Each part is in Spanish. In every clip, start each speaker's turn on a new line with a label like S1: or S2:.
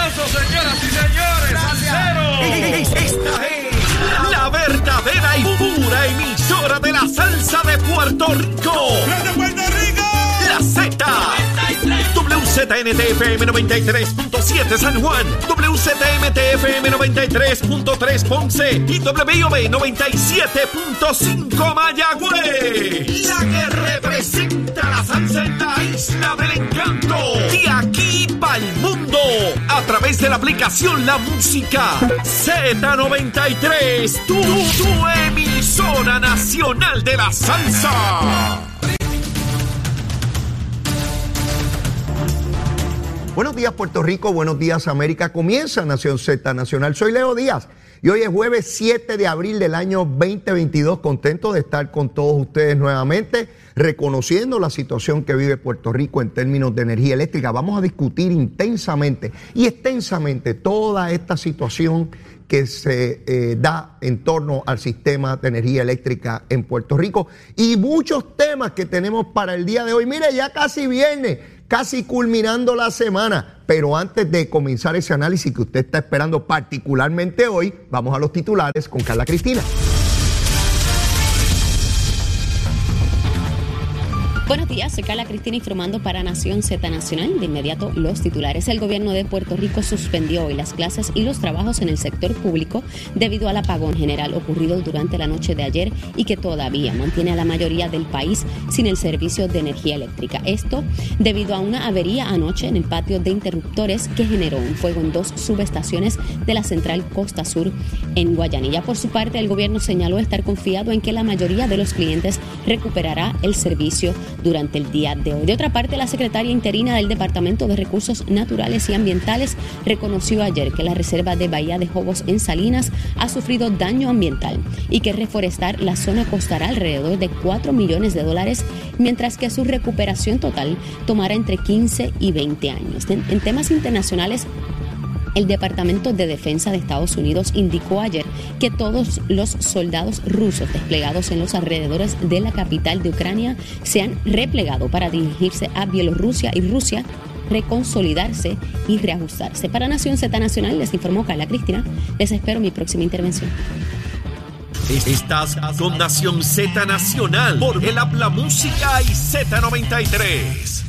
S1: aplauso, señoras y señores. ¡Salseros! Esta es la verdadera y pura emisora de la salsa de Puerto Rico.
S2: ¡De Puerto Rico!
S1: La Z. WZNT-FM 93.7 San Juan, WZMT-FM 93.3 Ponce y WIOB 97.5 Mayagüez. La que representa la salsa en la isla del encanto. De aquí para el mundo, a través de la aplicación La Música Z93, tu emisora nacional de la salsa.
S3: Buenos días, Puerto Rico. Buenos días, América. Comienza Nación Z Nacional. Soy Leo Díaz y hoy es jueves 7 de abril del año 2022. Contento de estar con todos ustedes nuevamente, reconociendo la situación que vive Puerto Rico en términos de energía eléctrica. Vamos a discutir intensamente y extensamente toda esta situación que se da en torno al sistema de energía eléctrica en Puerto Rico y muchos temas que tenemos para el día de hoy. Mire, ya casi viernes, casi culminando la semana, pero antes de comenzar ese análisis que usted está esperando particularmente hoy, vamos a los titulares con Carla Cristina.
S4: Buenos días, soy Carla Cristina informando para Nación Z Nacional. De inmediato, los titulares. El gobierno de Puerto Rico suspendió hoy las clases y los trabajos en el sector público debido al apagón general ocurrido durante la noche de ayer y que todavía mantiene a la mayoría del país sin el servicio de energía eléctrica. Esto debido a una avería anoche en el patio de interruptores que generó un fuego en 2 subestaciones de la central Costa Sur en Guayanilla. Por su parte, el gobierno señaló estar confiado en que la mayoría de los clientes recuperará el servicio durante el día de hoy. De otra parte, la secretaria interina del Departamento de Recursos Naturales y Ambientales reconoció ayer que la reserva de Bahía de Jobos en Salinas ha sufrido daño ambiental y que reforestar la zona costará alrededor de $4 millones, mientras que su recuperación total tomará entre 15 y 20 años. En temas internacionales, el Departamento de Defensa de Estados Unidos indicó ayer que todos los soldados rusos desplegados en los alrededores de la capital de Ucrania se han replegado para dirigirse a Bielorrusia y Rusia, reconsolidarse y reajustarse. Para Nación Z Nacional, les informó Carla Cristina. Les espero mi próxima intervención.
S1: Estás con Nación Z Nacional por el app La Música y Z93.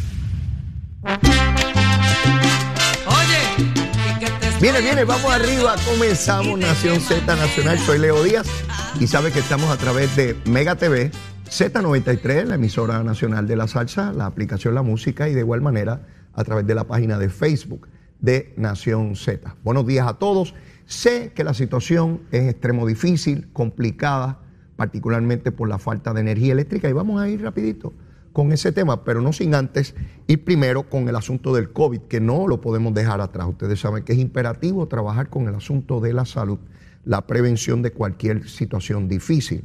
S3: Viene, vamos arriba, comenzamos Nación Z Nacional, soy Leo Díaz y sabe que estamos a través de Mega TV, Z93, la emisora nacional de la salsa, la aplicación La Música y de igual manera a través de la página de Facebook de Nación Z. Buenos días a todos, sé que la situación es extremo difícil, complicada, particularmente por la falta de energía eléctrica y vamos a ir rapidito con ese tema, pero no sin antes ir primero con el asunto del COVID, que no lo podemos dejar atrás. Ustedes saben que es imperativo trabajar con el asunto de la salud, la prevención de cualquier situación difícil.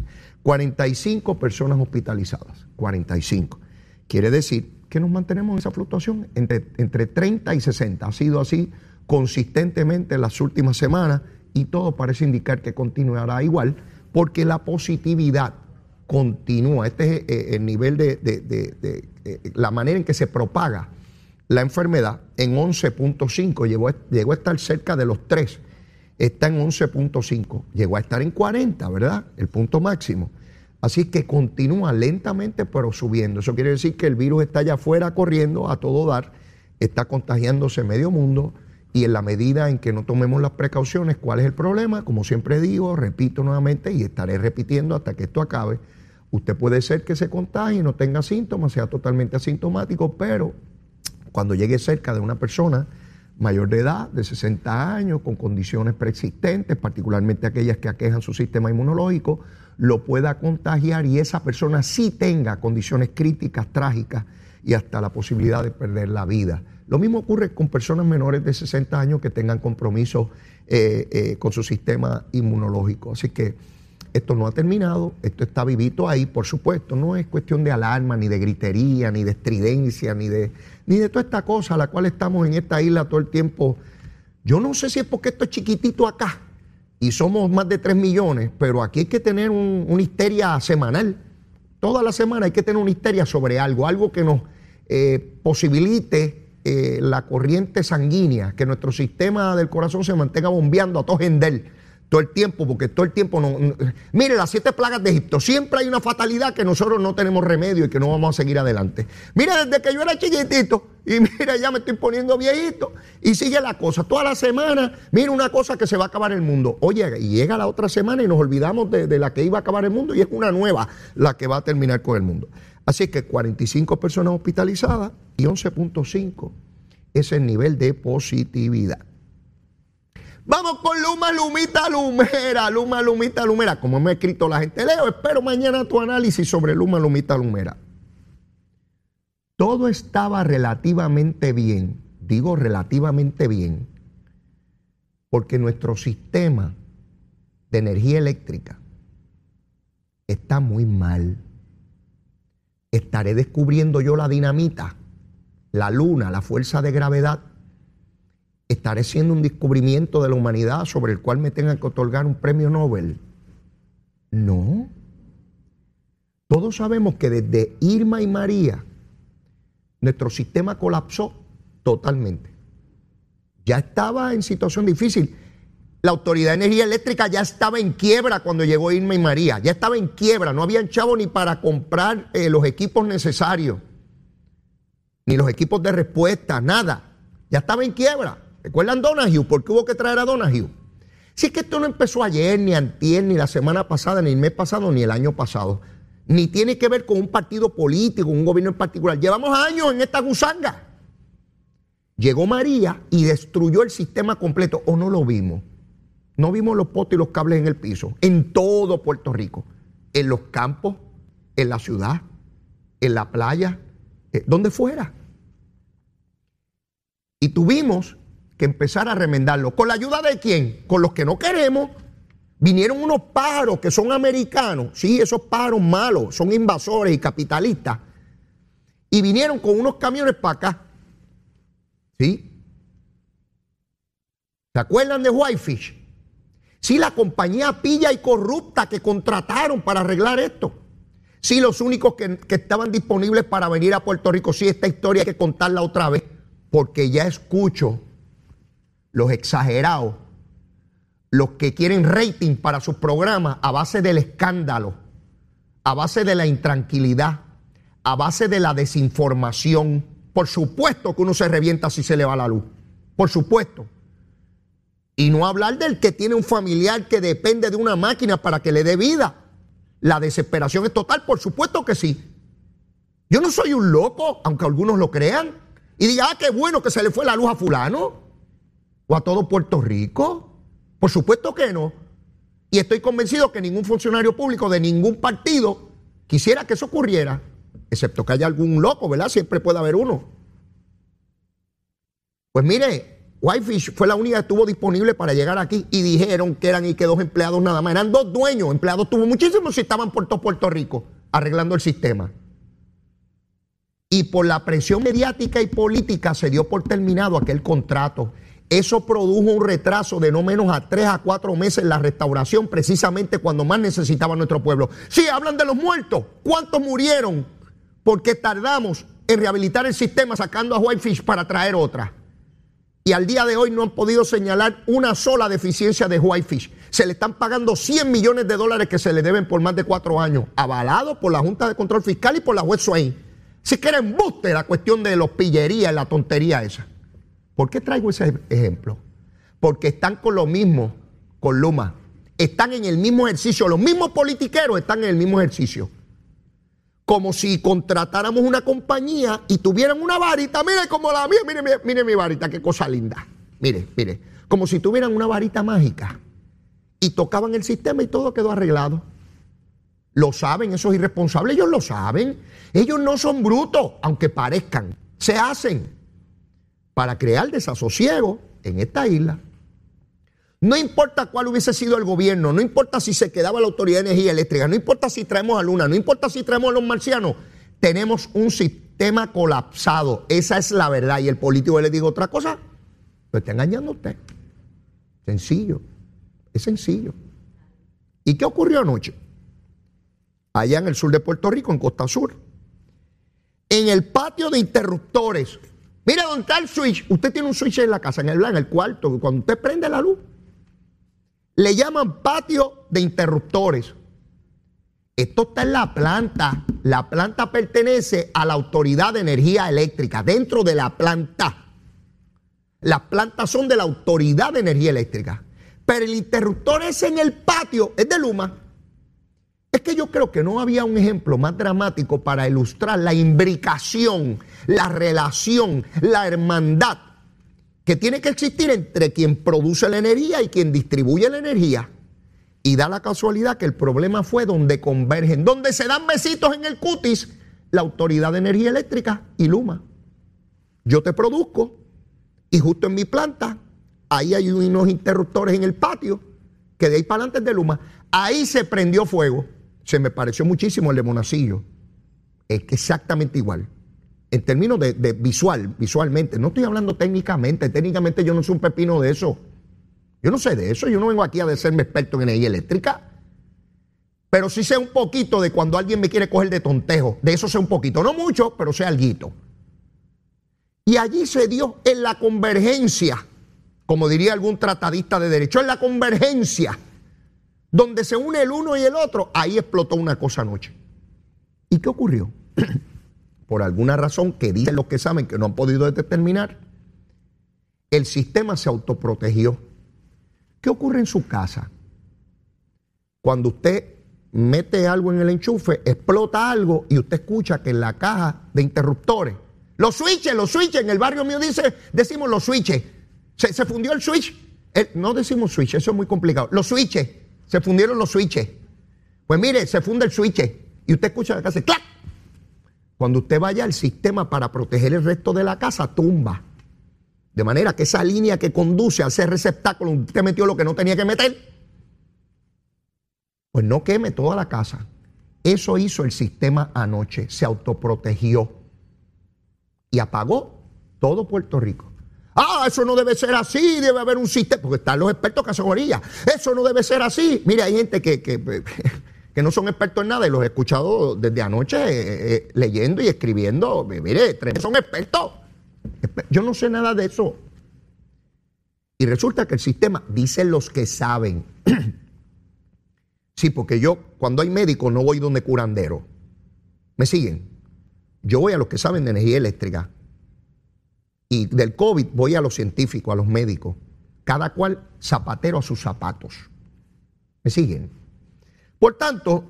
S3: 45 personas hospitalizadas, 45. Quiere decir que nos mantenemos en esa fluctuación entre 30 y 60. Ha sido así consistentemente en las últimas semanas y todo parece indicar que continuará igual, porque la positividad continúa. Este es el nivel de la manera en que se propaga la enfermedad en 11.5. Llegó a estar cerca de los 3. Está en 11.5. Llegó a estar en 40, ¿verdad? El punto máximo. Así que continúa lentamente, pero subiendo. Eso quiere decir que el virus está allá afuera corriendo a todo dar, está contagiándose medio mundo y en la medida en que no tomemos las precauciones, ¿cuál es el problema? Como siempre digo, repito nuevamente y estaré repitiendo hasta que esto acabe. Usted puede ser que se contagie y no tenga síntomas, sea totalmente asintomático, pero cuando llegue cerca de una persona mayor de edad, de 60 años, con condiciones preexistentes, particularmente aquellas que aquejan su sistema inmunológico, lo pueda contagiar y esa persona sí tenga condiciones críticas, trágicas y hasta la posibilidad de perder la vida. Lo mismo ocurre con personas menores de 60 años que tengan compromiso con su sistema inmunológico. Así que esto no ha terminado, esto está vivito ahí, por supuesto, no es cuestión de alarma, ni de gritería, ni de estridencia, ni de toda esta cosa a la cual estamos en esta isla todo el tiempo. Yo no sé si es porque esto es chiquitito acá y somos más de 3 millones, pero aquí hay que tener una histeria semanal. Toda la semana hay que tener una histeria sobre algo que nos posibilite la corriente sanguínea, que nuestro sistema del corazón se mantenga bombeando a todo gendel todo el tiempo, porque todo el tiempo mire, las 7 plagas de Egipto, siempre hay una fatalidad que nosotros no tenemos remedio y que no vamos a seguir adelante. Mira, desde que yo era chiquitito, y mira, ya me estoy poniendo viejito, y sigue la cosa, toda la semana, mira una cosa que se va a acabar el mundo. Oye, y llega la otra semana y nos olvidamos de la que iba a acabar el mundo, y es una nueva la que va a terminar con el mundo. Así que 45 personas hospitalizadas y 11.5 es el nivel de positividad. Vamos con Luma, Lumita, Lumera, Luma, Lumita, Lumera. Como me ha escrito la gente, Leo, espero mañana tu análisis sobre Luma, Lumita, Lumera. Todo estaba relativamente bien, digo relativamente bien, porque nuestro sistema de energía eléctrica está muy mal. Estaré descubriendo yo la dinamita, la luna, la fuerza de gravedad. ¿Estaré haciendo un descubrimiento de la humanidad sobre el cual me tengan que otorgar un premio Nobel? No. Todos sabemos que desde Irma y María, nuestro sistema colapsó totalmente. Ya estaba en situación difícil. La Autoridad de Energía Eléctrica ya estaba en quiebra cuando llegó Irma y María. Ya estaba en quiebra. No habían chavo ni para comprar los equipos necesarios, ni los equipos de respuesta, nada. Ya estaba en quiebra. ¿Recuerdan Donahue? ¿Por qué hubo que traer a Donahue? Si es que esto no empezó ayer, ni antier, ni la semana pasada, ni el mes pasado, ni el año pasado. Ni tiene que ver con un partido político, un gobierno en particular. Llevamos años en esta gusanga. Llegó María y destruyó el sistema completo. ¿O no lo vimos? No vimos los postes y los cables en el piso. En todo Puerto Rico. En los campos, en la ciudad, en la playa, donde fuera. Y tuvimos que empezar a remendarlo. ¿Con la ayuda de quién? Con los que no queremos. Vinieron unos pájaros que son americanos. Sí, esos pájaros malos, son invasores y capitalistas. Y vinieron con unos camiones para acá. ¿Sí? ¿Se acuerdan de Whitefish? Sí, la compañía pilla y corrupta que contrataron para arreglar esto. Sí, los únicos que estaban disponibles para venir a Puerto Rico. Sí, esta historia hay que contarla otra vez, porque ya escucho los exagerados, los que quieren rating para sus programas a base del escándalo, a base de la intranquilidad, a base de la desinformación. Por supuesto que uno se revienta si se le va la luz. Por supuesto. Y no hablar del que tiene un familiar que depende de una máquina para que le dé vida. La desesperación es total, por supuesto que sí. Yo no soy un loco, aunque algunos lo crean, y digan, qué bueno que se le fue la luz a fulano o a todo Puerto Rico. Por supuesto que no. Y estoy convencido que ningún funcionario público de ningún partido quisiera que eso ocurriera, excepto que haya algún loco, ¿verdad? Siempre puede haber uno. Pues mire, Whitefish fue la única que estuvo disponible para llegar aquí y dijeron que eran y que 2 empleados nada más. Eran 2 dueños, empleados tuvo muchísimos si estaban por todo Puerto Rico arreglando el sistema. Y por la presión mediática y política se dio por terminado aquel contrato. Eso produjo un retraso de no menos a 3 a 4 meses en la restauración, precisamente cuando más necesitaba nuestro pueblo. Sí, hablan de los muertos. ¿Cuántos murieron? Porque tardamos en rehabilitar el sistema sacando a Whitefish para traer otra. Y al día de hoy no han podido señalar una sola deficiencia de Whitefish. Se le están pagando $100 millones que se le deben por más de 4 años, avalado por la Junta de Control Fiscal y por la juez Swain. Si que era embuste la cuestión de los pillerías, la tontería esa. ¿Por qué traigo ese ejemplo? Porque están con lo mismo, con Luma. Están en el mismo ejercicio. Los mismos politiqueros están en el mismo ejercicio. Como si contratáramos una compañía y tuvieran una varita. Mire como la mía, mire mi varita, qué cosa linda. Mire. Como si tuvieran una varita mágica. Y tocaban el sistema y todo quedó arreglado. Lo saben esos irresponsables, ellos lo saben. Ellos no son brutos, aunque parezcan. Se hacen para crear desasosiego en esta isla. No importa cuál hubiese sido el gobierno, no importa si se quedaba la Autoridad de Energía Eléctrica, no importa si traemos a Luna, no importa si traemos a los marcianos, tenemos un sistema colapsado. Esa es la verdad. Y el político le digo otra cosa, lo está engañando a usted. Sencillo, es sencillo. ¿Y qué ocurrió anoche? Allá en el sur de Puerto Rico, en Costa Sur. En el patio de interruptores Mira dónde está el switch. Usted tiene un switch en la casa, en el cuarto. Cuando usted prende la luz, le llaman patio de interruptores. Esto está en la planta. La planta pertenece a la Autoridad de Energía Eléctrica. Dentro de la planta. Las plantas son de la Autoridad de Energía Eléctrica. Pero el interruptor ese en el patio es de Luma. Es que yo creo que no había un ejemplo más dramático para ilustrar la imbricación, la relación, la hermandad que tiene que existir entre quien produce la energía y quien distribuye la energía. Y da la casualidad que el problema fue donde convergen, donde se dan besitos en el cutis, la Autoridad de Energía Eléctrica y Luma. Yo te produzco y justo en mi planta, ahí hay unos interruptores en el patio que de ahí para adelante es de Luma. Ahí se prendió fuego. Se me pareció muchísimo el de Monacillo. Es que exactamente igual. En términos de visualmente. No estoy hablando técnicamente. Técnicamente yo no soy un pepino de eso. Yo no sé de eso. Yo no vengo aquí a decirme experto en energía eléctrica. Pero sí sé un poquito de cuando alguien me quiere coger de tontejo. De eso sé un poquito. No mucho, pero sé alguito. Y allí se dio en la convergencia, como diría algún tratadista de derecho, en la convergencia, donde se une el uno y el otro, ahí explotó una cosa anoche. ¿Y qué ocurrió? Por alguna razón que dicen los que saben que no han podido determinar, el sistema se autoprotegió. ¿Qué ocurre en su casa? Cuando usted mete algo en el enchufe, explota algo y usted escucha que en la caja de interruptores, los switches, en el barrio mío decimos los switches, se fundió el switch, no decimos switch, eso es muy complicado, los switches, se fundieron los switches. Pues mire, se funde el switch y usted escucha la casa, ¡clac! Cuando usted vaya al sistema para proteger el resto de la casa, tumba. De manera que esa línea que conduce a ese receptáculo donde usted metió lo que no tenía que meter, pues no queme toda la casa. Eso hizo el sistema anoche, se autoprotegió y apagó todo Puerto Rico. Ah, eso no debe ser así, debe haber un sistema, porque están los expertos que son orillas. Eso no debe ser así. Mire, hay gente que no son expertos en nada y los he escuchado desde anoche leyendo y escribiendo. Mire, son expertos. Yo no sé nada de eso. Y resulta que el sistema, dicen los que saben. Sí, porque yo cuando hay médicos no voy donde curandero. ¿Me siguen? Yo voy a los que saben de energía eléctrica. Y del COVID voy a los científicos, a los médicos. Cada cual zapatero a sus zapatos. ¿Me siguen? Por tanto,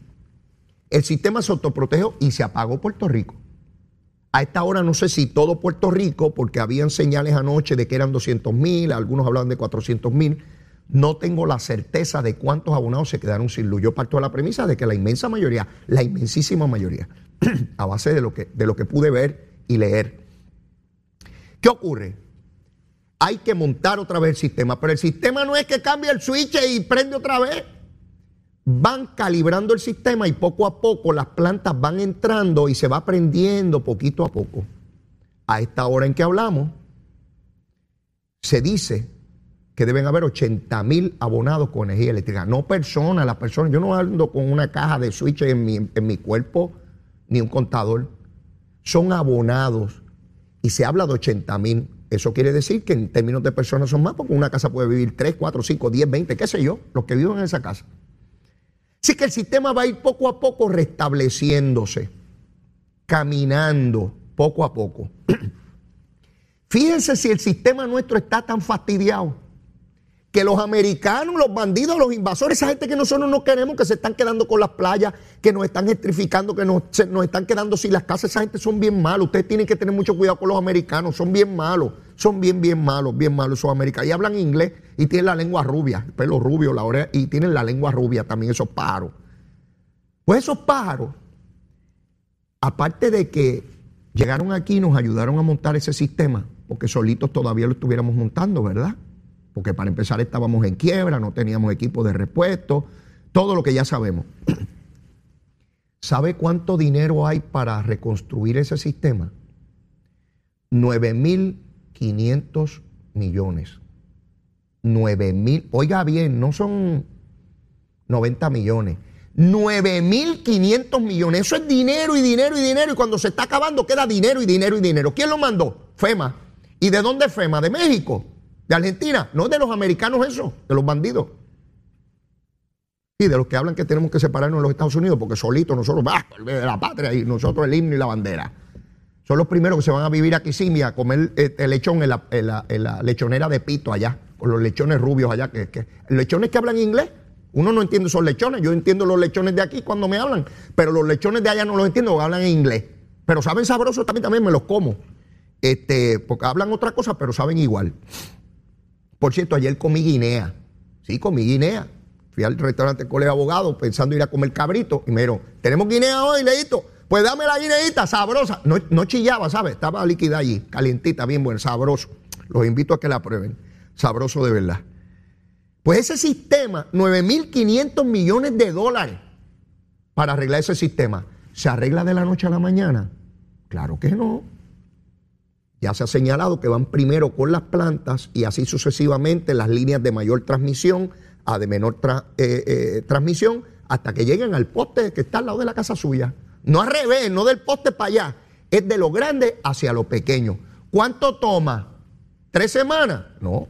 S3: el sistema se autoprotegió y se apagó Puerto Rico. A esta hora no sé si todo Puerto Rico, porque habían señales anoche de que eran 200,000, algunos hablaban de 400,000. No tengo la certeza de cuántos abonados se quedaron sin luz. Yo parto de la premisa de que la inmensa mayoría, la inmensísima mayoría, a base de lo que pude ver y leer. ¿Qué ocurre? Hay que montar otra vez el sistema, pero el sistema no es que cambie el switch y prende otra vez. Van calibrando el sistema y poco a poco las plantas van entrando y se va prendiendo poquito a poco. A esta hora en que hablamos, se dice que deben haber 80,000 abonados con energía eléctrica. No personas, las personas. Yo no ando con una caja de switch en mi cuerpo, ni un contador. Son abonados. Y se habla de 80,000. Eso quiere decir que en términos de personas son más, porque una casa puede vivir 3, 4, 5, 10, 20, qué sé yo, los que viven en esa casa. Así que el sistema va a ir poco a poco restableciéndose, caminando poco a poco. Fíjense si el sistema nuestro está tan fastidiado que los americanos, los bandidos, los invasores, esa gente que nosotros no queremos, que se están quedando con las playas, que nos están gentrificando, que nos están quedando sin las casas, esa gente son bien malos. Ustedes tienen que tener mucho cuidado con los americanos, son bien malos, son bien malos esos americanos. Y hablan inglés y tienen la lengua rubia, el pelo rubio, la oreja, y tienen la lengua rubia también esos pájaros. Pues esos pájaros, aparte de que llegaron aquí y nos ayudaron a montar ese sistema, porque solitos todavía lo estuviéramos montando, ¿verdad? Porque para empezar estábamos en quiebra, no teníamos equipo de repuesto, todo lo que ya sabemos. ¿Sabe cuánto dinero hay para reconstruir ese sistema? 9,500 millones. 9,000, oiga bien, no son 90 millones. 9,500 millones. Eso es dinero y dinero y dinero. Y cuando se está acabando queda dinero y dinero y dinero. ¿Quién lo mandó? FEMA. ¿Y de dónde es FEMA? ¿De México? ¿De Argentina? No, de los americanos eso, de los bandidos. Y de los que hablan que tenemos que separarnos de los Estados Unidos porque solitos nosotros, de la patria y nosotros el himno y la bandera. Son los primeros que se van a vivir aquí Kissimmee a comer lechón en la lechonera de Pito allá, con los lechones rubios allá. Lechones que hablan inglés, uno no entiende esos lechones. Yo entiendo los lechones de aquí cuando me hablan, pero los lechones de allá no los entiendo porque hablan en inglés. Pero saben sabrosos también me los como. Porque hablan otra cosa, pero saben igual. Por cierto, ayer comí guinea. Sí, comí guinea. Fui al restaurante del Colegio de Abogados pensando ir a comer cabrito y me dijeron, ¿tenemos guinea hoy, Leito? Pues dame la guineita, sabrosa. No chillaba, ¿sabes? Estaba líquida allí, calientita, bien buena, sabroso. Los invito a que la prueben. Sabroso de verdad. Pues ese sistema, 9.500 millones de dólares para arreglar ese sistema. ¿Se arregla de la noche a la mañana? Claro que no. Ya se ha señalado que van primero con las plantas y así sucesivamente las líneas de mayor transmisión a de menor transmisión hasta que lleguen al poste que está al lado de la casa suya. No al revés, no del poste para allá. Es de lo grande hacia lo pequeño. ¿Cuánto toma? ¿3 semanas? No.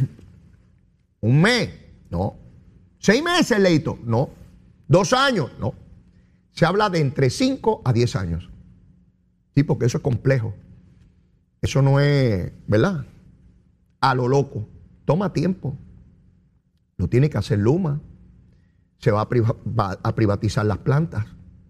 S3: ¿1 mes? No. 6 meses, Leito? No. 2 años? No. Se habla de entre 5 a 10 años. Sí, porque eso es complejo. Eso no es, ¿verdad? A lo loco. Toma tiempo. Lo tiene que hacer Luma. Se va a privatizar las plantas.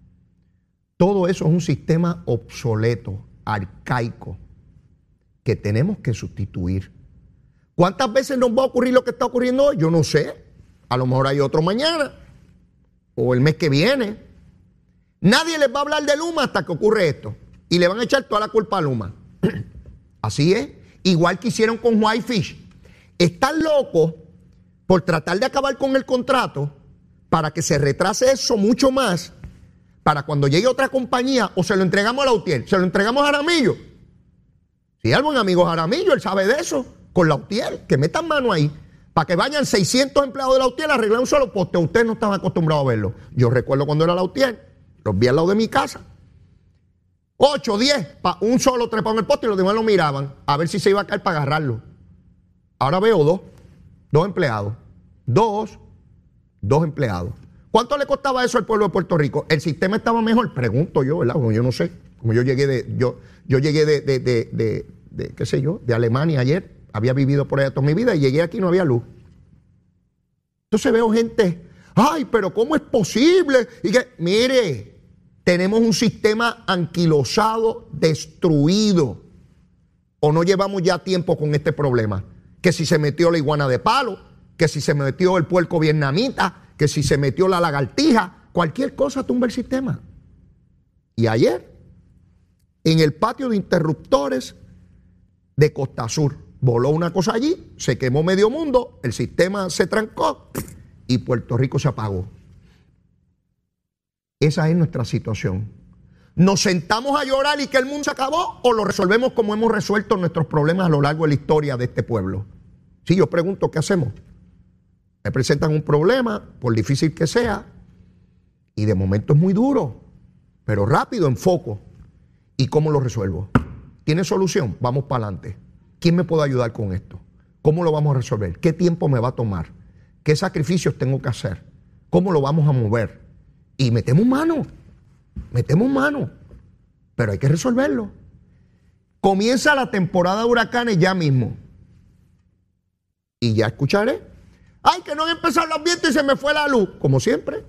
S3: Todo eso es un sistema obsoleto, arcaico, que tenemos que sustituir. ¿Cuántas veces nos va a ocurrir lo que está ocurriendo hoy? Yo no sé. A lo mejor hay otro mañana o el mes que viene. Nadie les va a hablar de Luma hasta que ocurre esto. Y le van a echar toda la culpa a Luma. Así es. Igual que hicieron con Whitefish. Están locos por tratar de acabar con el contrato para que se retrase eso mucho más, para cuando llegue otra compañía, o se lo entregamos a Lautier, se lo entregamos a Jaramillo. Si hay buen amigo Jaramillo, él sabe de eso, con Lautier, que metan mano ahí, para que vayan 600 empleados de Lautier a arreglar un solo poste. Ustedes no estaban acostumbrados a verlo. Yo recuerdo cuando era Lautier, los vi al lado de mi casa. 8, 10, un solo trepado en el poste y los demás lo miraban a ver si se iba a caer para agarrarlo. Ahora veo dos empleados. Dos empleados. ¿Cuánto le costaba eso al pueblo de Puerto Rico? ¿El sistema estaba mejor? Pregunto yo, ¿verdad? Como yo no sé. Como yo llegué de qué sé yo, de Alemania ayer. Había vivido por allá toda mi vida y llegué aquí y no había luz. Entonces veo gente, ay, pero ¿cómo es posible? Y que, mire, tenemos un sistema anquilosado, destruido. ¿O no llevamos ya tiempo con este problema? Que si se metió la iguana de palo, que si se metió el puerco vietnamita, que si se metió la lagartija, cualquier cosa tumba el sistema. Y ayer, en el patio de interruptores de Costa Sur, voló una cosa allí, se quemó medio mundo, el sistema se trancó y Puerto Rico se apagó. Esa es nuestra situación. ¿Nos sentamos a llorar y que el mundo se acabó o lo resolvemos como hemos resuelto nuestros problemas a lo largo de la historia de este pueblo? Si yo pregunto, ¿qué hacemos? Me presentan un problema, por difícil que sea, y de momento es muy duro, pero rápido, en foco. ¿Y cómo lo resuelvo? ¿Tiene solución? Vamos para adelante. ¿Quién me puede ayudar con esto? ¿Cómo lo vamos a resolver? ¿Qué tiempo me va a tomar? ¿Qué sacrificios tengo que hacer? ¿Cómo lo vamos a mover? Y metemos mano, pero hay que resolverlo. Comienza la temporada de huracanes ya mismo. Y ya escucharé. Ay, que no han empezado los vientos y se me fue la luz. Como siempre.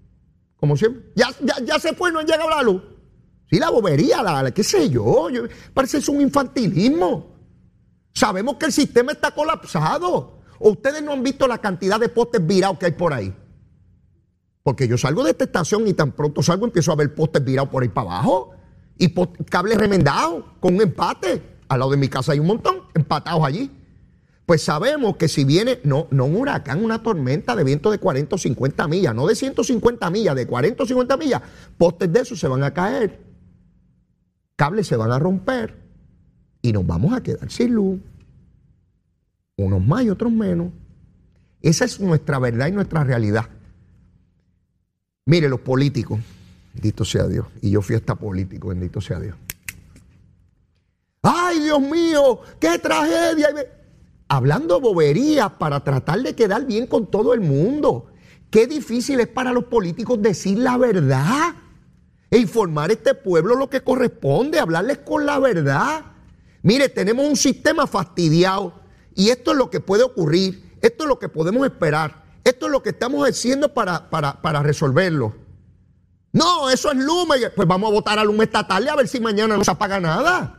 S3: Ya se fue y no ha llegado la luz. Sí, la bobería, qué sé yo. Parece es un infantilismo. Sabemos que el sistema está colapsado. ¿O ustedes no han visto la cantidad de postes virados que hay por ahí? Porque yo salgo de esta estación y tan pronto salgo empiezo a ver postes virados por ahí para abajo. Y cables remendados con un empate. Al lado de mi casa hay un montón empatados allí. Pues sabemos que si viene, no un huracán, una tormenta de viento de 40 o 50 millas, no de 150 millas, de 40 o 50 millas, postes de esos se van a caer, cables se van a romper y nos vamos a quedar sin luz. Unos más y otros menos. Esa es nuestra verdad y nuestra realidad. Mire, los políticos, bendito sea Dios, y yo fui hasta político, bendito sea Dios. Ay, Dios mío, qué tragedia. Hablando boberías para tratar de quedar bien con todo el mundo. Qué difícil es para los políticos decir la verdad e informar a este pueblo lo que corresponde, hablarles con la verdad. Mire, tenemos un sistema fastidiado y esto es lo que puede ocurrir, esto es lo que podemos esperar, esto es lo que estamos haciendo para resolverlo. No, eso es Luma, pues vamos a votar a Luma esta tarde a ver si mañana no se apaga nada.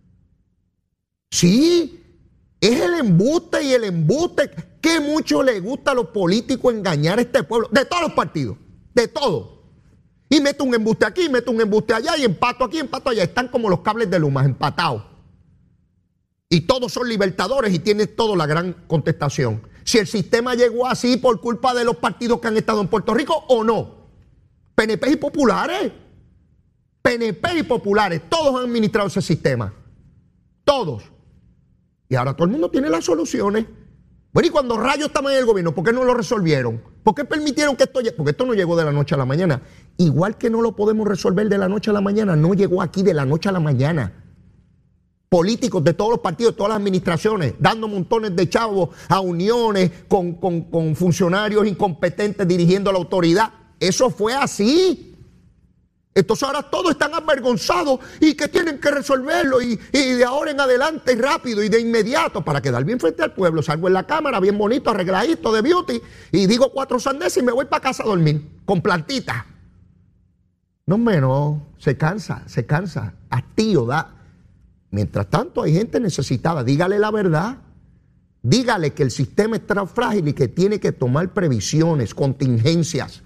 S3: Sí, es el embuste y el embuste que mucho le gusta a los políticos engañar a este pueblo, de todos los partidos, de todos. Y meto un embuste aquí, meto un embuste allá y empato aquí, empato allá. Están como los cables de Luma, empatados. Y todos son libertadores y tienen toda la gran contestación. Si el sistema llegó así por culpa de los partidos que han estado en Puerto Rico o no. PNP y populares. PNP y populares. Todos han administrado ese sistema. Todos. Y ahora todo el mundo tiene las soluciones. Bueno, y cuando rayos estaban en el gobierno, ¿por qué no lo resolvieron? ¿Por qué permitieron que esto llegue? Porque esto no llegó de la noche a la mañana. Igual que no lo podemos resolver de la noche a la mañana, no llegó aquí de la noche a la mañana. Políticos de todos los partidos, todas las administraciones, dando montones de chavos a uniones con funcionarios incompetentes dirigiendo la autoridad. Eso fue así. Entonces ahora todos están avergonzados y que tienen que resolverlo y de ahora en adelante y rápido y de inmediato para quedar bien frente al pueblo. Salgo en la cámara bien bonito, arregladito de beauty y digo 4 sandeces y me voy para casa a dormir con plantitas. No menos, se cansa, hastío da. Mientras tanto hay gente necesitada, dígale la verdad. Dígale que el sistema está frágil y que tiene que tomar previsiones, contingencias.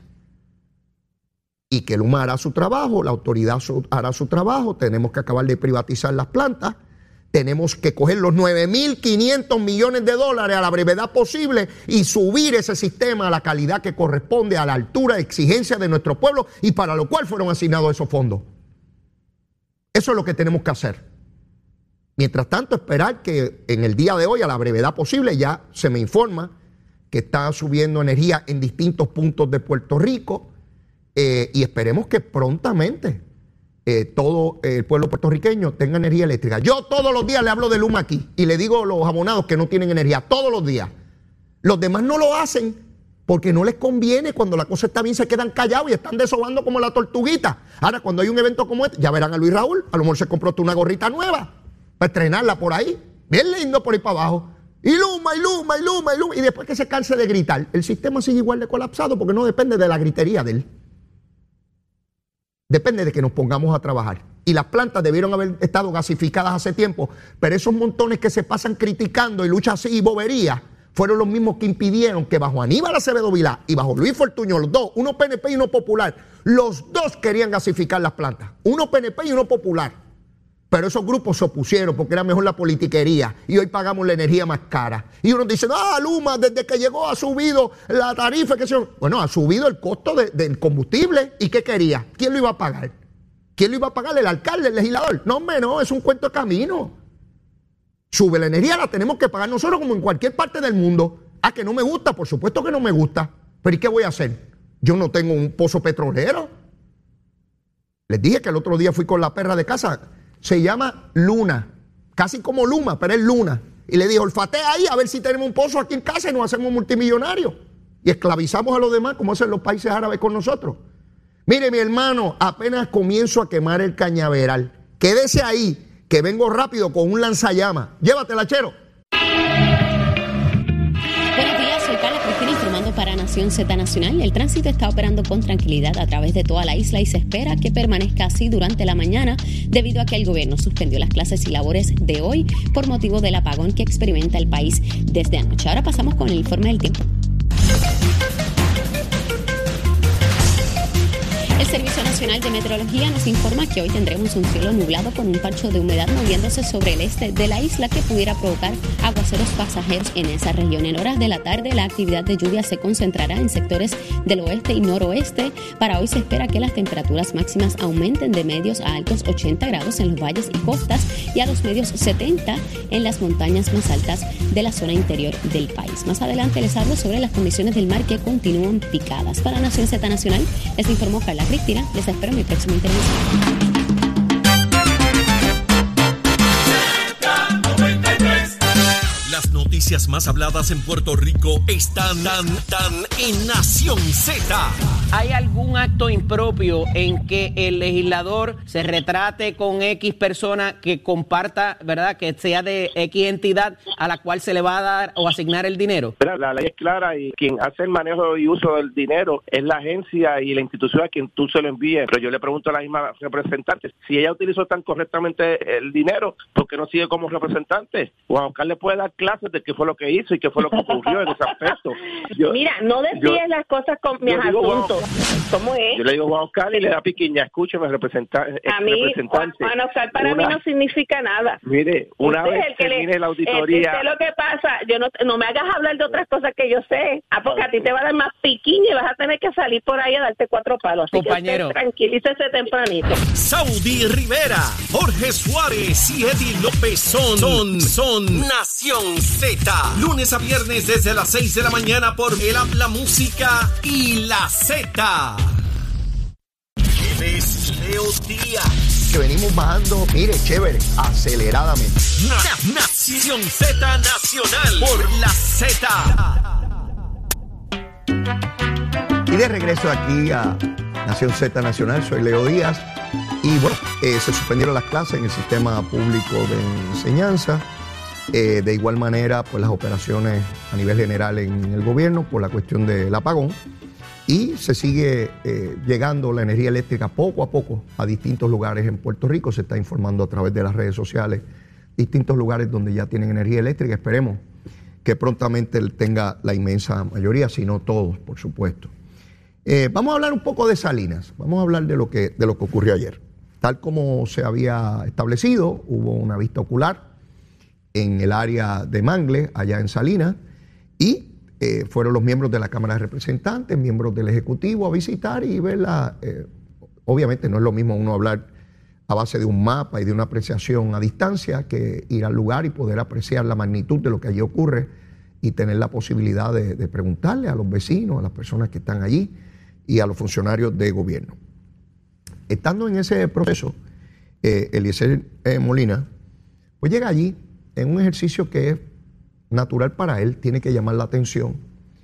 S3: Y que Luma hará su trabajo, la autoridad hará su trabajo, tenemos que acabar de privatizar las plantas, tenemos que coger los 9.500 millones de dólares a la brevedad posible y subir ese sistema a la calidad que corresponde, a la altura de exigencia de nuestro pueblo y para lo cual fueron asignados esos fondos. Eso es lo que tenemos que hacer. Mientras tanto, esperar que en el día de hoy, a la brevedad posible, ya se me informa que está subiendo energía en distintos puntos de Puerto Rico. Y esperemos que prontamente todo el pueblo puertorriqueño tenga energía eléctrica. Yo todos los días le hablo de Luma aquí y le digo a los abonados que no tienen energía, todos los días. Los demás no lo hacen porque no les conviene. Cuando la cosa está bien se quedan callados y están desobando como la tortuguita. Ahora cuando hay un evento como este, ya verán a Luis Raúl, a lo mejor se compró una gorrita nueva para estrenarla por ahí, bien lindo por ahí para abajo. Y Luma, y Luma, y Luma, y Luma. Y después que se canse de gritar, el sistema sigue igual de colapsado porque no depende de la gritería de él. Depende de que nos pongamos a trabajar. Y las plantas debieron haber estado gasificadas hace tiempo, pero esos montones que se pasan criticando y lucha así y bobería, fueron los mismos que impidieron que bajo Aníbal Acevedo Vilá y bajo Luis Fortuño, los dos, uno PNP y uno popular, los dos querían gasificar las plantas. Uno PNP y uno popular. Pero esos grupos se opusieron porque era mejor la politiquería y hoy pagamos la energía más cara. Y unos dicen, Luma, desde que llegó ha subido la tarifa. Bueno, ha subido el costo del combustible. ¿Y qué quería? ¿Quién lo iba a pagar? ¿Quién lo iba a pagar? ¿El alcalde, el legislador? No, hombre, no, es un cuento de camino. Sube la energía, la tenemos que pagar nosotros como en cualquier parte del mundo. Que no me gusta, por supuesto que no me gusta. Pero ¿y qué voy a hacer? Yo no tengo un pozo petrolero. Les dije que el otro día fui con la perra de casa. Se llama Luna, casi como Luma, pero es Luna. Y le dije, olfatea ahí a ver si tenemos un pozo aquí en casa y nos hacemos multimillonarios. Y esclavizamos a los demás como hacen los países árabes con nosotros. Mire, mi hermano, apenas comienzo a quemar el cañaveral. Quédese ahí, que vengo rápido con un lanzallamas. Llévatela, Chero.
S4: Para Nación Z Nacional, el tránsito está operando con tranquilidad a través de toda la isla y se espera que permanezca así durante la mañana debido a que el gobierno suspendió las clases y labores de hoy por motivo del apagón que experimenta el país desde anoche. Ahora pasamos con el informe del tiempo. El Servicio Nacional de Meteorología nos informa que hoy tendremos un cielo nublado con un pancho de humedad moviéndose sobre el este de la isla que pudiera provocar aguaceros pasajeros en esa región. En horas de la tarde, la actividad de lluvia se concentrará en sectores del oeste y noroeste. Para hoy se espera que las temperaturas máximas aumenten de medios a altos 80 grados en los valles y costas y a los medios 70 en las montañas más altas de la zona interior del país. Más adelante les hablo sobre las condiciones del mar que continúan picadas. Para Nación Z Nacional, les informó Carla Cristina. Les espero en mi próxima intervención.
S1: noticias más habladas en Puerto Rico están en Nación Z.
S2: ¿Hay algún acto impropio en que el legislador se retrate con X persona que comparta, verdad, que sea de X entidad a la cual se le va a dar o asignar el dinero?
S5: La ley es clara y quien hace el manejo y uso del dinero es la agencia y la institución a quien tú se lo envíes. Pero yo le pregunto a la misma representante, si ella utilizó tan correctamente el dinero, ¿por qué no sigue como representante? Juan Oscar le puede dar clases de qué fue lo que hizo y qué fue lo que ocurrió en ese aspecto.
S6: Mira, no desvíes las cosas con mis asuntos. ¿Cómo es?
S5: Yo le digo Juan Oscar y le da piquiña. Escúcheme, representante.
S6: A mí, Juan Oscar para mí no significa nada.
S5: Mire, una vez termine la auditoría...
S6: lo que pasa, yo no me hagas hablar de otras cosas que yo sé. Porque a ti te va a dar más piquiña y vas a tener que salir por ahí a darte 4 palos. Así
S2: compañero,
S6: que tranquilícese tempranito.
S1: Saudi Rivera, Jorge Suárez y Eddie López son Nación Z. Lunes a viernes desde las 6 de la mañana por el App La Música y La Z. Leo Díaz.
S3: Que venimos bajando, mire, chévere, aceleradamente.
S1: Nación Z Nacional por La Z.
S3: Y de regreso aquí a Nación Z Nacional, soy Leo Díaz. Y bueno, se suspendieron las clases en el sistema público de enseñanza. De igual manera, pues las operaciones a nivel general en el gobierno por la cuestión del apagón. Y se sigue llegando la energía eléctrica poco a poco a distintos lugares en Puerto Rico. Se está informando a través de las redes sociales distintos lugares donde ya tienen energía eléctrica. Esperemos que prontamente tenga la inmensa mayoría, si no todos, por supuesto. Vamos a hablar un poco de Salinas. Vamos a hablar de lo que ocurrió ayer. Tal como se había establecido, hubo una vista ocular en el área de Mangle, allá en Salinas, y fueron los miembros de la Cámara de Representantes, miembros del Ejecutivo a visitar y verla. Obviamente no es lo mismo uno hablar a base de un mapa y de una apreciación a distancia que ir al lugar y poder apreciar la magnitud de lo que allí ocurre y tener la posibilidad de preguntarle a los vecinos, a las personas que están allí y a los funcionarios de gobierno. Estando en ese proceso, Eliezer Molina pues llega allí en un ejercicio que es natural para él, tiene que llamar la atención.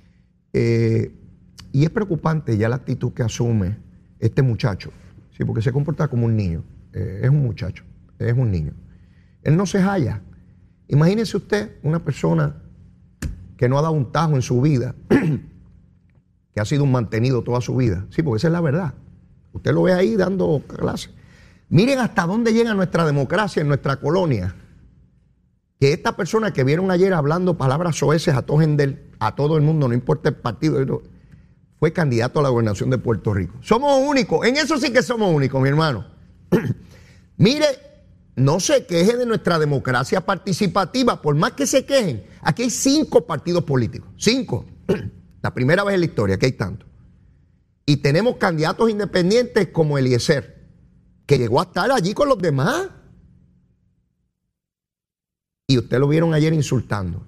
S3: Y es preocupante ya la actitud que asume este muchacho, ¿sí? Porque se comporta como un niño. Es un muchacho, es un niño. Él no se halla. Imagínese usted una persona que no ha dado un tajo en su vida, que ha sido un mantenido toda su vida. Sí, porque esa es la verdad. Usted lo ve ahí dando clases. Miren hasta dónde llega nuestra democracia en nuestra colonia. Que esta persona que vieron ayer hablando palabras soeces a todo el mundo, no importa el partido, fue candidato a la gobernación de Puerto Rico. Somos únicos, en eso sí que somos únicos, mi hermano. Mire, no se queje de nuestra democracia participativa, por más que se quejen. Aquí hay 5 partidos políticos, 5. La primera vez en la historia que hay tantos. Y tenemos candidatos independientes como Eliezer, que llegó a estar allí con los demás. Y ustedes lo vieron ayer insultando.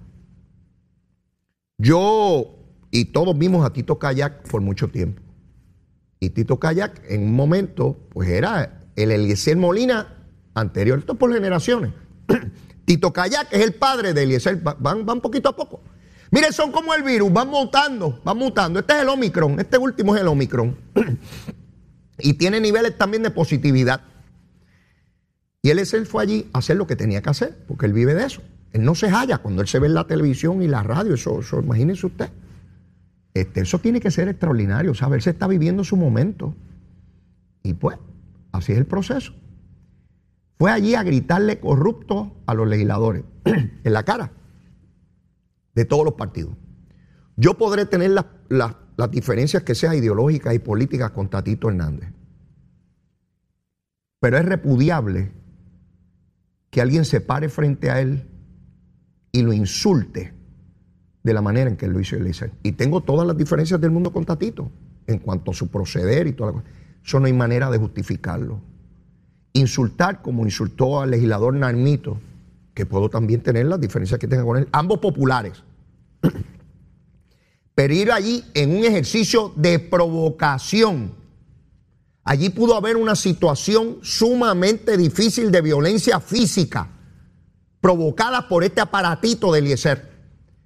S3: Yo y todos vimos a Tito Kayak por mucho tiempo. Y Tito Kayak en un momento pues era el Eliezer Molina anterior. Esto es por generaciones. Tito Kayak es el padre de Eliezer. Van poquito a poco. Miren, son como el virus, van mutando. Este es el Omicron, este último es el Omicron. Y tiene niveles también de positividad. Y él fue allí a hacer lo que tenía que hacer, porque él vive de eso. Él no se halla cuando él se ve en la televisión y la radio, eso imagínense usted. Eso tiene que ser extraordinario, ¿sabe? Él se está viviendo su momento. Y pues, así es el proceso. Fue allí a gritarle corrupto a los legisladores, en la cara, de todos los partidos. Yo podré tener las diferencias que sean ideológicas y políticas con Tatito Hernández. Pero es repudiable que alguien se pare frente a él y lo insulte de la manera en que él lo hizo Eliezer. Y tengo todas las diferencias del mundo con Tatito en cuanto a su proceder y toda la cosa. Eso no hay manera de justificarlo. Insultar como insultó al legislador Narmito, que puedo también tener las diferencias que tenga con él, ambos populares. Pero ir allí en un ejercicio de provocación. Allí pudo haber una situación sumamente difícil de violencia física provocada por este aparatito de Eliezer.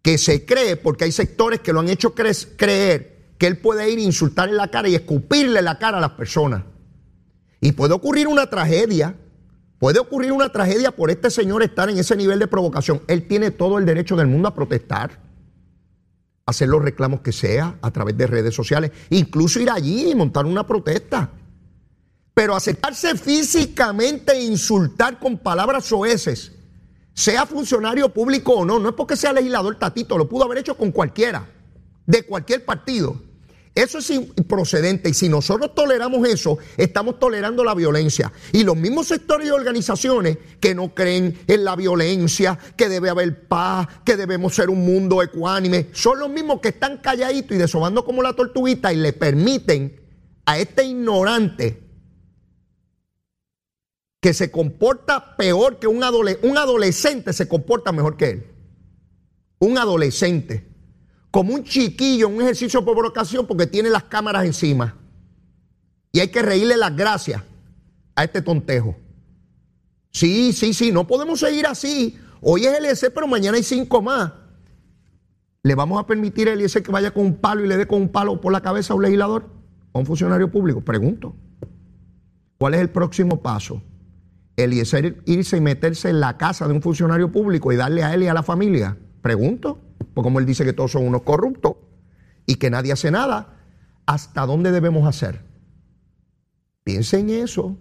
S3: que se cree, porque hay sectores que lo han hecho creer, que él puede ir a insultar en la cara y escupirle la cara a las personas. Y puede ocurrir una tragedia por este señor estar en ese nivel de provocación. Él tiene todo el derecho del mundo a protestar, hacer los reclamos que sea a través de redes sociales, incluso ir allí y montar una protesta. Pero acercarse físicamente e insultar con palabras soeces, sea funcionario público o no, no es porque sea legislador Tatito, lo pudo haber hecho con cualquiera, de cualquier partido. Eso es improcedente, y si nosotros toleramos eso, estamos tolerando la violencia. Y los mismos sectores y organizaciones que no creen en la violencia, que debe haber paz, que debemos ser un mundo ecuánime, son los mismos que están calladitos y desobando como la tortuguita y le permiten a este ignorante que se comporta peor que un adolescente, se comporta mejor que él. Un adolescente. Como un chiquillo en un ejercicio de provocación porque tiene las cámaras encima. Y hay que reírle las gracias a este tontejo. Sí, no podemos seguir así. Hoy es Eliezer, pero mañana hay 5 más. ¿Le vamos a permitir a Eliezer que vaya con un palo y le dé con un palo por la cabeza a un legislador? ¿A un funcionario público? Pregunto. ¿Cuál es el próximo paso? Eliezer irse y meterse en la casa de un funcionario público y darle a él y a la familia. Pregunto. Porque como él dice que todos son unos corruptos y que nadie hace nada, ¿hasta dónde debemos hacer? Piensen en eso.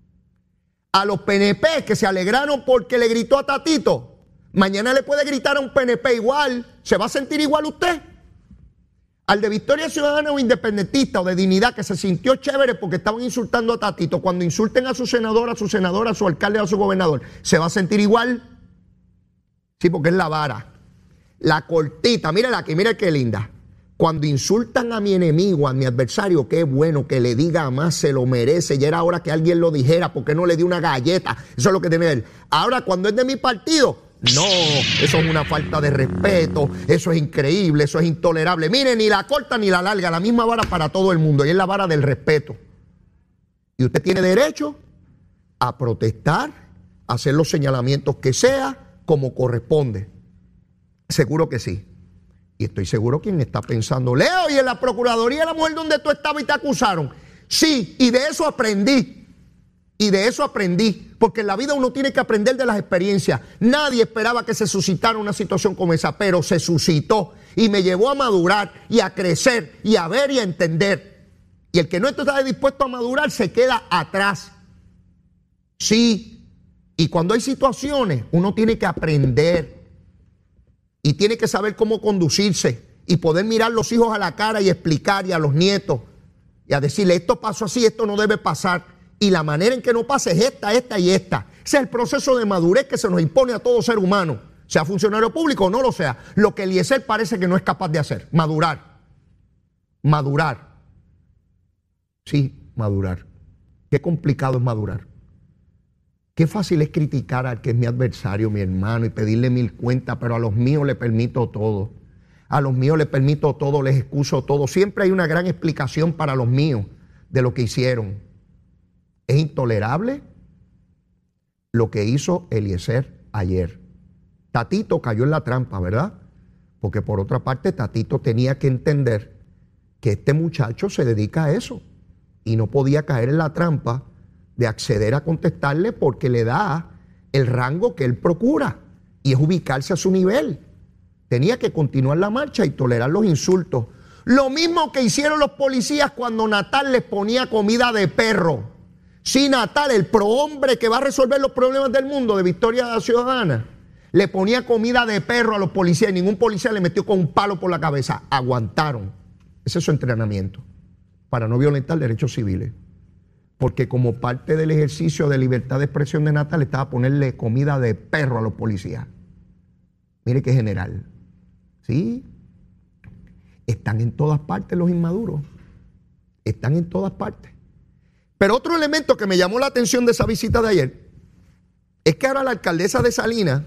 S3: A los PNP que se alegraron porque le gritó a Tatito, mañana le puede gritar a un PNP igual. ¿Se va a sentir igual usted? Al de Victoria Ciudadana o independentista o de Dignidad que se sintió chévere porque estaban insultando a Tatito, cuando insulten a su senadora, a su alcalde, a su gobernador, ¿se va a sentir igual? Sí, porque es la vara. La cortita, mírala aquí, mira qué linda. Cuando insultan a mi enemigo, a mi adversario, qué bueno que le diga más, se lo merece. Ya era hora que alguien lo dijera, porque no le dio una galleta. Eso es lo que tiene él. Ahora, cuando es de mi partido, no, eso es una falta de respeto, eso es increíble, eso es intolerable. Mire, ni la corta ni la larga, la misma vara para todo el mundo, y es la vara del respeto. Y usted tiene derecho a protestar, a hacer los señalamientos que sea, como corresponde. Seguro que sí. Y estoy seguro quien está pensando, Leo, ¿y en la Procuraduría de la Mujer donde tú estabas y te acusaron? Sí, y de eso aprendí. Porque en la vida uno tiene que aprender de las experiencias. Nadie esperaba que se suscitara una situación como esa, pero se suscitó y me llevó a madurar y a crecer y a ver y a entender. Y el que no está dispuesto a madurar se queda atrás. Sí, y cuando hay situaciones uno tiene que aprender. Y tiene que saber cómo conducirse y poder mirar los hijos a la cara y explicar, y a los nietos, y a decirle, esto pasó así, esto no debe pasar. Y la manera en que no pase es esta y esta. Ese es el proceso de madurez que se nos impone a todo ser humano, sea funcionario público o no lo sea. Lo que Eliezer parece que no es capaz de hacer, madurar. Madurar. Sí, madurar. Qué complicado es madurar. Qué fácil es criticar al que es mi adversario, mi hermano, y pedirle 1000 cuentas, pero a los míos le permito todo. A los míos les permito todo, les excuso todo. Siempre hay una gran explicación para los míos de lo que hicieron. Es intolerable lo que hizo Eliezer ayer. Tatito cayó en la trampa, ¿verdad? Porque por otra parte Tatito tenía que entender que este muchacho se dedica a eso y no podía caer en la trampa de acceder a contestarle porque le da el rango que él procura y es ubicarse a su nivel. Tenía que continuar la marcha y tolerar los insultos. Lo mismo que hicieron los policías cuando Natal les ponía comida de perro. Sí, Natal, el prohombre que va a resolver los problemas del mundo de Victoria Ciudadana, le ponía comida de perro a los policías y ningún policía le metió con un palo por la cabeza. Aguantaron. Ese es su entrenamiento para no violentar derechos civiles. Porque como parte del ejercicio de libertad de expresión de Natal estaba ponerle comida de perro a los policías. Mire qué general. Sí, están en todas partes los inmaduros. Están en todas partes. Pero otro elemento que me llamó la atención de esa visita de ayer es que ahora la alcaldesa de Salinas,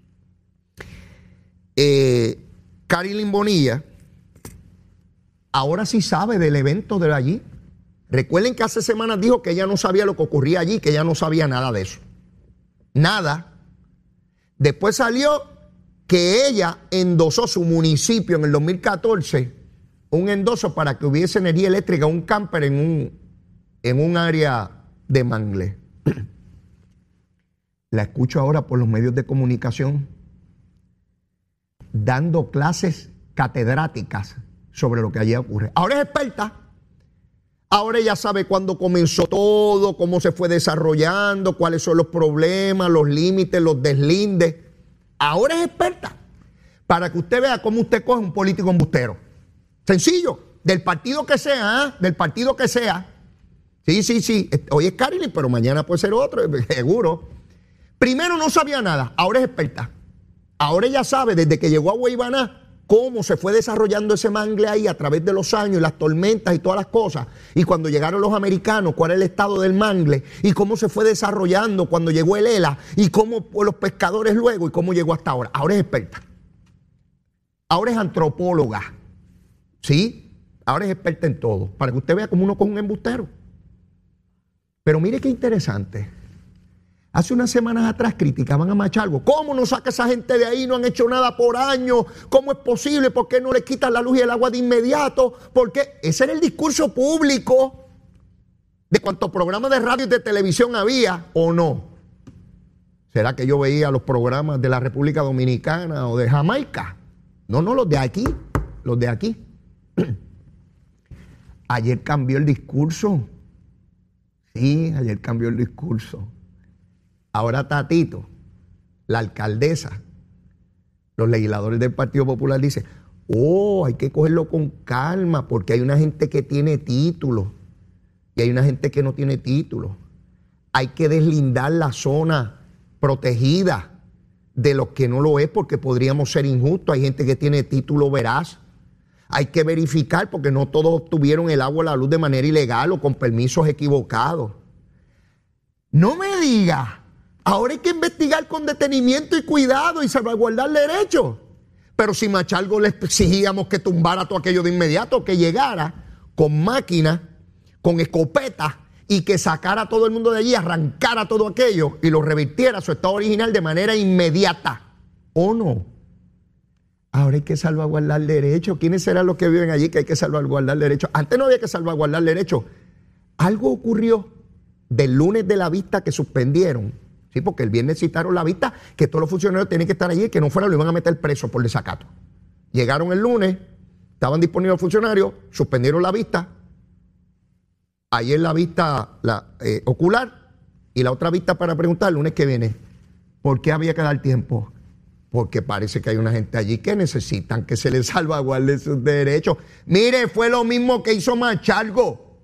S3: Carilyn Bonilla, ahora sí sabe del evento de allí. Recuerden que hace semanas dijo que ella no sabía lo que ocurría allí, que ella no sabía nada de eso. Nada. Después salió que ella endosó su municipio en el 2014, un endoso para que hubiese energía eléctrica, un camper en un área de mangle. La escucho ahora por los medios de comunicación dando clases catedráticas sobre lo que allí ocurre. Ahora es experta. Ahora ella sabe cuándo comenzó todo, cómo se fue desarrollando, cuáles son los problemas, los límites, los deslindes. Ahora es experta. Para que usted vea cómo usted coge un político embustero. Sencillo. Del partido que sea, del partido que sea. Sí. Hoy es Carilyn, pero mañana puede ser otro, seguro. Primero no sabía nada, ahora es experta. Ahora ella sabe, desde que llegó a Guaybaná, cómo se fue desarrollando ese mangle ahí a través de los años, las tormentas y todas las cosas. Y cuando llegaron los americanos, cuál es el estado del mangle y cómo se fue desarrollando cuando llegó el ELA y cómo los pescadores luego y cómo llegó hasta ahora. Ahora es experta. Ahora es antropóloga. ¿Sí? Ahora es experta en todo. Para que usted vea cómo uno coge un embustero. Pero mire qué interesante. Hace unas semanas atrás criticaban a Machalgo. ¿Cómo no saca esa gente de ahí? No han hecho nada por años. ¿Cómo es posible? ¿Por qué no le quitan la luz y el agua de inmediato? Porque ese era el discurso público de cuántos programas de radio y de televisión había o no. ¿Será que yo veía los programas de la República Dominicana o de Jamaica? No, los de aquí. Los de aquí. Ayer cambió el discurso. Sí, ayer cambió el discurso. Ahora Tatito, la alcaldesa, los legisladores del Partido Popular dicen, hay que cogerlo con calma porque hay una gente que tiene título y hay una gente que no tiene título. Hay que deslindar la zona protegida de los que no lo es porque podríamos ser injustos. Hay gente que tiene título veraz. Hay que verificar porque no todos obtuvieron el agua o la luz de manera ilegal o con permisos equivocados. No me diga. Ahora hay que investigar con detenimiento y cuidado y salvaguardar derechos. Pero si Machalgo le exigíamos que tumbara todo aquello de inmediato, que llegara con máquinas, con escopetas y que sacara a todo el mundo de allí, arrancara todo aquello y lo revirtiera a su estado original de manera inmediata. ¿O no? Ahora hay que salvaguardar derechos. ¿Quiénes serán los que viven allí que hay que salvaguardar derechos? Antes no había que salvaguardar derechos. Algo ocurrió del lunes de la vista que suspendieron. Sí, porque el viernes citaron la vista, que todos los funcionarios tienen que estar allí, que no fuera lo iban a meter preso por desacato. Llegaron el lunes, estaban disponibles los funcionarios, suspendieron la vista. Ayer la vista ocular y la otra vista para preguntar el lunes que viene. ¿Por qué había que dar tiempo? Porque parece que hay una gente allí que necesitan que se les salvaguarde sus derechos. Mire, fue lo mismo que hizo Machalgo.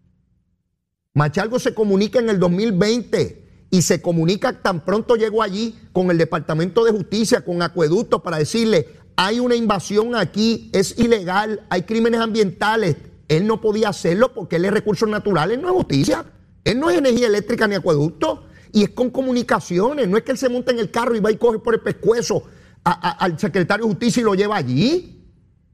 S3: Machalgo se comunica en el 2020 y se comunica tan pronto llegó allí con el Departamento de Justicia, con Acueducto, para decirle, hay una invasión aquí, es ilegal, hay crímenes ambientales. Él no podía hacerlo porque él es recursos naturales, no es justicia. Él no es energía eléctrica ni acueducto. Y es con comunicaciones. No es que él se monte en el carro y va y coge por el pescuezo al secretario de Justicia y lo lleva allí.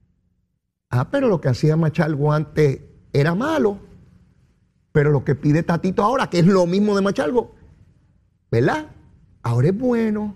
S3: Pero lo que hacía Machalgo antes era malo. Pero lo que pide Tatito ahora, que es lo mismo de Machalgo, ¿verdad? Ahora es bueno.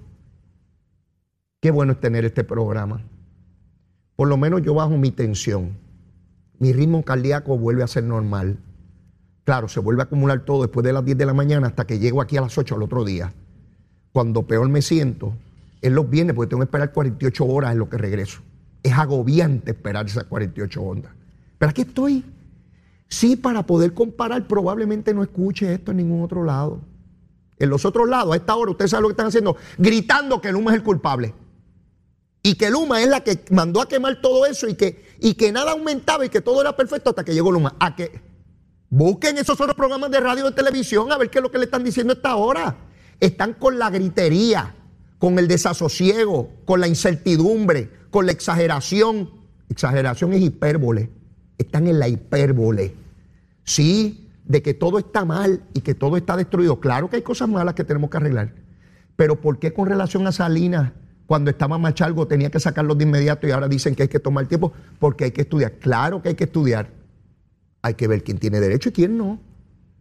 S3: Qué bueno es tener este programa. Por lo menos yo bajo mi tensión. Mi ritmo cardíaco vuelve a ser normal. Claro, se vuelve a acumular todo después de las 10 de la mañana hasta que llego aquí a las 8 al otro día. Cuando peor me siento es los viernes porque tengo que esperar 48 horas en lo que regreso. Es agobiante esperar esas 48 horas. Pero aquí estoy. Sí, para poder comparar, probablemente no escuche esto en ningún otro lado. En los otros lados, a esta hora, ustedes saben lo que están haciendo, gritando que Luma es el culpable. Y que Luma es la que mandó a quemar todo eso y que nada aumentaba y que todo era perfecto hasta que llegó Luma. A que busquen esos otros programas de radio y de televisión a ver qué es lo que le están diciendo a esta hora. Están con la gritería, con el desasosiego, con la incertidumbre, con la exageración. Exageración es hipérbole. Están en la hipérbole. Sí, de que todo está mal y que todo está destruido. Claro que hay cosas malas que tenemos que arreglar. Pero ¿por qué con relación a Salinas, cuando estaba Machalgo, tenía que sacarlos de inmediato y ahora dicen que hay que tomar tiempo? Porque hay que estudiar. Claro que hay que estudiar. Hay que ver quién tiene derecho y quién no.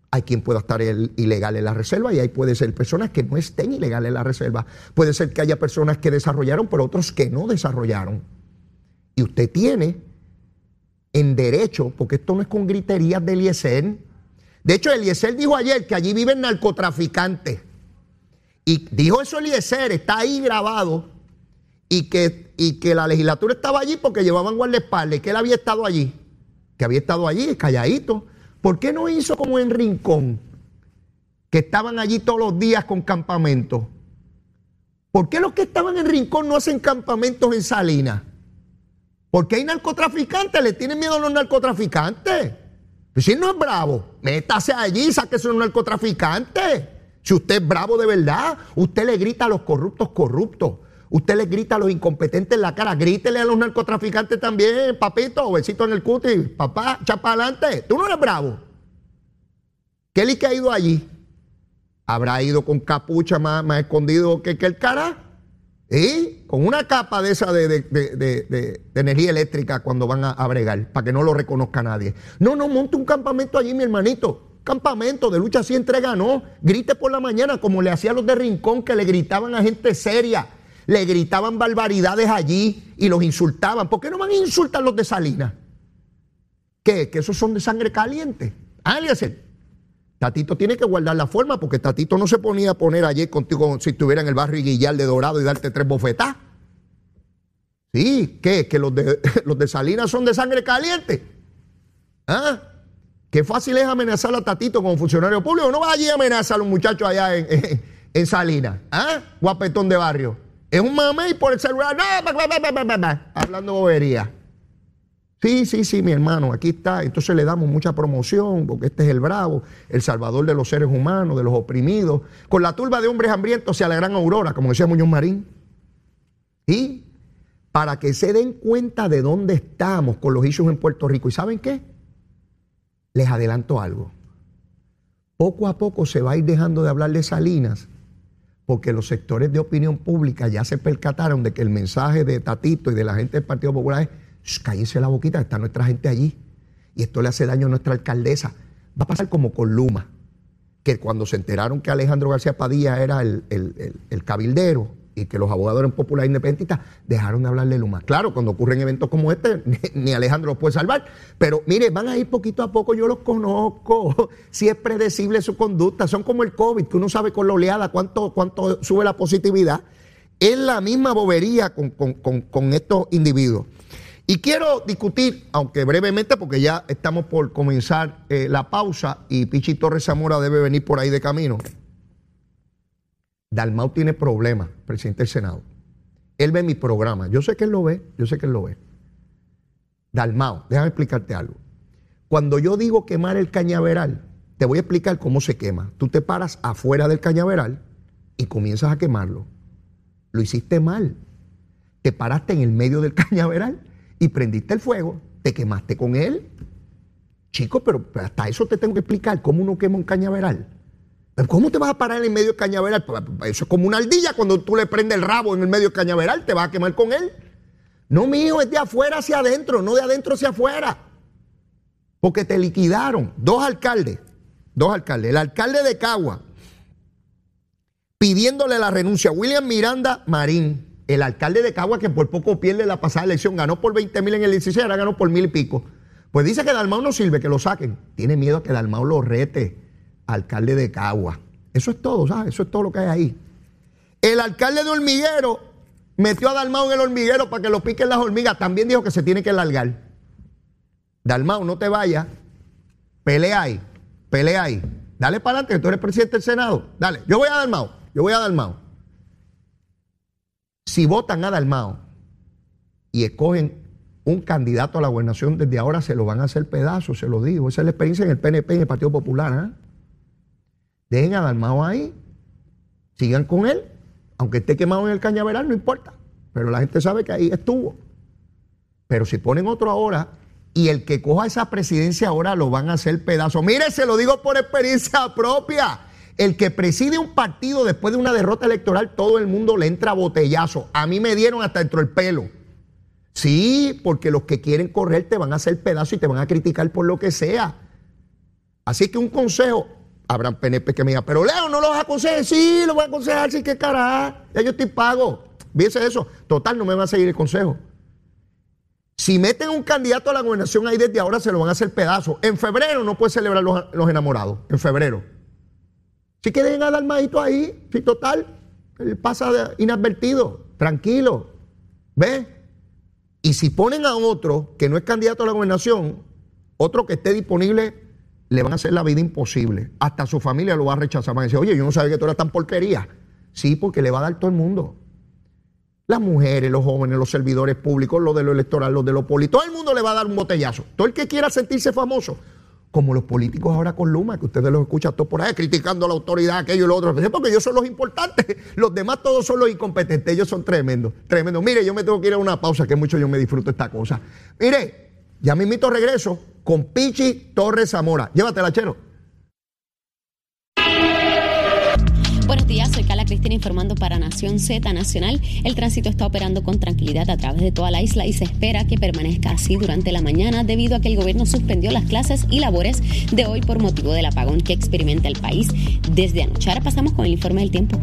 S3: Hay quien pueda estar ilegal en la reserva y ahí puede ser personas que no estén ilegales en la reserva. Puede ser que haya personas que desarrollaron, pero otros que no desarrollaron. Y usted tiene en derecho, porque esto no es con griterías de Eliezer. De hecho, Eliezer dijo ayer que allí viven narcotraficantes. Y dijo eso Eliezer, está ahí grabado, y que la legislatura estaba allí porque llevaban guardaespaldas y que él había estado allí. Que había estado allí, calladito. ¿Por qué no hizo como en Rincón? Que estaban allí todos los días con campamentos. ¿Por qué los que estaban en Rincón no hacen campamentos en Salinas? Porque hay narcotraficantes, le tienen miedo a los narcotraficantes. Pues si él no es bravo, métase allí, sáquese a un narcotraficante. Si usted es bravo de verdad, usted le grita a los corruptos. Usted le grita a los incompetentes en la cara. Grítele a los narcotraficantes también, papito, besito en el cutis. Papá, echa para adelante. Tú no eres bravo. Kelly que ha ido allí, habrá ido con capucha más escondido que el cara. ¿Sí? Con una capa de esa de energía eléctrica cuando van a bregar, para que no lo reconozca nadie. No, monte un campamento allí, mi hermanito. Campamento de lucha así entrega, no. Grite por la mañana, como le hacían los de Rincón, que le gritaban a gente seria. Le gritaban barbaridades allí y los insultaban. ¿Por qué no van a insultar los de Salinas? ¿Qué? ¿Que esos son de sangre caliente? Eliezer, Tatito tiene que guardar la forma, porque Tatito no se ponía a poner ayer contigo si estuviera en el barrio Guillar de Dorado y darte 3 bofetadas. Sí, ¿qué? ¿Que los de Salinas son de sangre caliente? ¿Ah? Qué fácil es amenazar a Tatito como funcionario público. No va allí a amenazar a los muchachos allá en Salinas. ¿Ah? Guapetón de barrio. Es un mamey por el celular. Hablando bobería. Sí, mi hermano, aquí está. Entonces le damos mucha promoción, porque este es el bravo, el salvador de los seres humanos, de los oprimidos, con la turba de hombres hambrientos hacia la gran aurora, como decía Muñoz Marín. Y para que se den cuenta de dónde estamos con los issues en Puerto Rico. ¿Y saben qué? Les adelanto algo. Poco a poco se va a ir dejando de hablar de Salinas, porque los sectores de opinión pública ya se percataron de que el mensaje de Tatito y de la gente del Partido Popular es: cállense la boquita, está nuestra gente allí y esto le hace daño a nuestra alcaldesa. Va a pasar como con Luma, que cuando se enteraron que Alejandro García Padilla era el cabildero y que los abogados eran populares independentistas, dejaron de hablar de Luma. Claro, cuando ocurren eventos como este, ni Alejandro los puede salvar, pero mire, van a ir poquito a poco, yo los conozco, si es predecible su conducta, son como el COVID, que uno sabe con la oleada cuánto sube la positividad. Es la misma bobería con estos individuos. Y quiero discutir, aunque brevemente, porque ya estamos por comenzar la pausa y Pichi Torres Zamora debe venir por ahí de camino. Dalmau tiene problemas, presidente del Senado. Él ve mi programa. Yo sé que él lo ve. Dalmau, déjame explicarte algo. Cuando yo digo quemar el cañaveral, te voy a explicar cómo se quema. Tú te paras afuera del cañaveral y comienzas a quemarlo. Lo hiciste mal. Te paraste en el medio del cañaveral y prendiste el fuego. Te quemaste con él. Chico, pero hasta eso te tengo que explicar cómo uno quema un cañaveral. ¿Cómo te vas a parar en medio del cañaveral? Eso es como una ardilla cuando tú le prendes el rabo en el medio del cañaveral, te vas a quemar con él. No, mijo, es de afuera hacia adentro, no de adentro hacia afuera. Porque te liquidaron. Dos alcaldes. El alcalde de Cagua pidiéndole la renuncia a William Miranda Marín, el alcalde de Cagua que por poco pierde la pasada elección, ganó por 20,000 en el 16, ahora ganó por 1,000 y pico. Pues dice que Dalmau no sirve, que lo saquen. Tiene miedo a que Dalmau lo rete. Alcalde de Cagua. Eso es todo, ¿sabes? Eso es todo lo que hay ahí. El alcalde de Hormiguero metió a Dalmau en el hormiguero para que lo piquen las hormigas. También dijo que se tiene que largar. Dalmau, no te vayas. Pelea ahí. Dale para adelante, que tú eres presidente del Senado. Dale, yo voy a Dalmau. Si votan a Dalmau y escogen un candidato a la gobernación, desde ahora se lo van a hacer pedazos, se lo digo. Esa es la experiencia en el PNP, en el Partido Popular. Dejen a Dalmau ahí, sigan con él, aunque esté quemado en el cañaveral, no importa, pero la gente sabe que ahí estuvo. Pero si ponen otro ahora, y el que coja esa presidencia ahora lo van a hacer pedazos. Mire, se lo digo por experiencia propia, el que preside un partido después de una derrota electoral, todo el mundo le entra a botellazo. A mí me dieron hasta dentro del pelo. Sí, porque los que quieren correr te van a hacer pedazos y te van a criticar por lo que sea. Así que un consejo: Habrán PNP que me digan, pero Leo, no los aconsejes. Sí, los voy a aconsejar, sí, qué carajo. Ya yo estoy pago. Fíjese eso. Total, no me va a seguir el consejo. Si meten un candidato a la gobernación ahí desde ahora, se lo van a hacer pedazos. En febrero no puede celebrar los enamorados. En febrero. Si quieren dar al majito ahí, sí, total, él pasa inadvertido, tranquilo. ¿Ves? Y si ponen a otro que no es candidato a la gobernación, otro que esté disponible, le van a hacer la vida imposible. Hasta su familia lo va a rechazar. Van a decir, oye, yo no sabía que tú eras tan porquería. Sí, porque le va a dar todo el mundo. Las mujeres, los jóvenes, los servidores públicos, los de lo electoral, los de lo político, todo el mundo le va a dar un botellazo. Todo el que quiera sentirse famoso, como los políticos ahora con Luma, que ustedes los escuchan todos por ahí, criticando a la autoridad, aquello y lo otro, porque ellos son los importantes, los demás todos son los incompetentes, ellos son tremendos, tremendos. Mire, yo me tengo que ir a una pausa, que mucho yo me disfruto esta cosa. Mire, ya me invito a regreso con Pichi Torres Zamora. Llévatela, Chero.
S4: Buenos días, soy Carla Cristina informando para Nación Z Nacional. El tránsito está operando con tranquilidad a través de toda la isla y se espera que permanezca así durante la mañana debido a que el gobierno suspendió las clases y labores de hoy por motivo del apagón que experimenta el país desde anoche. Ahora pasamos con el informe del tiempo.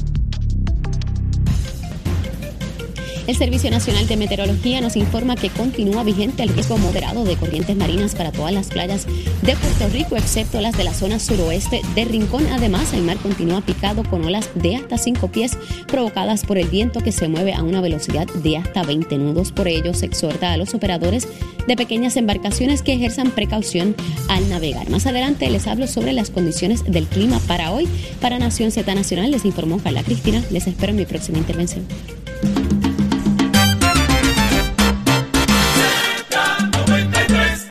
S4: El Servicio Nacional de Meteorología nos informa que continúa vigente el riesgo moderado de corrientes marinas para todas las playas de Puerto Rico, excepto las de la zona suroeste de Rincón. Además, el mar continúa picado con olas de hasta 5 pies provocadas por el viento que se mueve a una velocidad de hasta 20 nudos. Por ello, se exhorta a los operadores de pequeñas embarcaciones que ejerzan precaución al navegar. Más adelante les hablo sobre las condiciones del clima para hoy. Para Nación Z Nacional les informó Carla Cristina. Les espero en mi próxima intervención.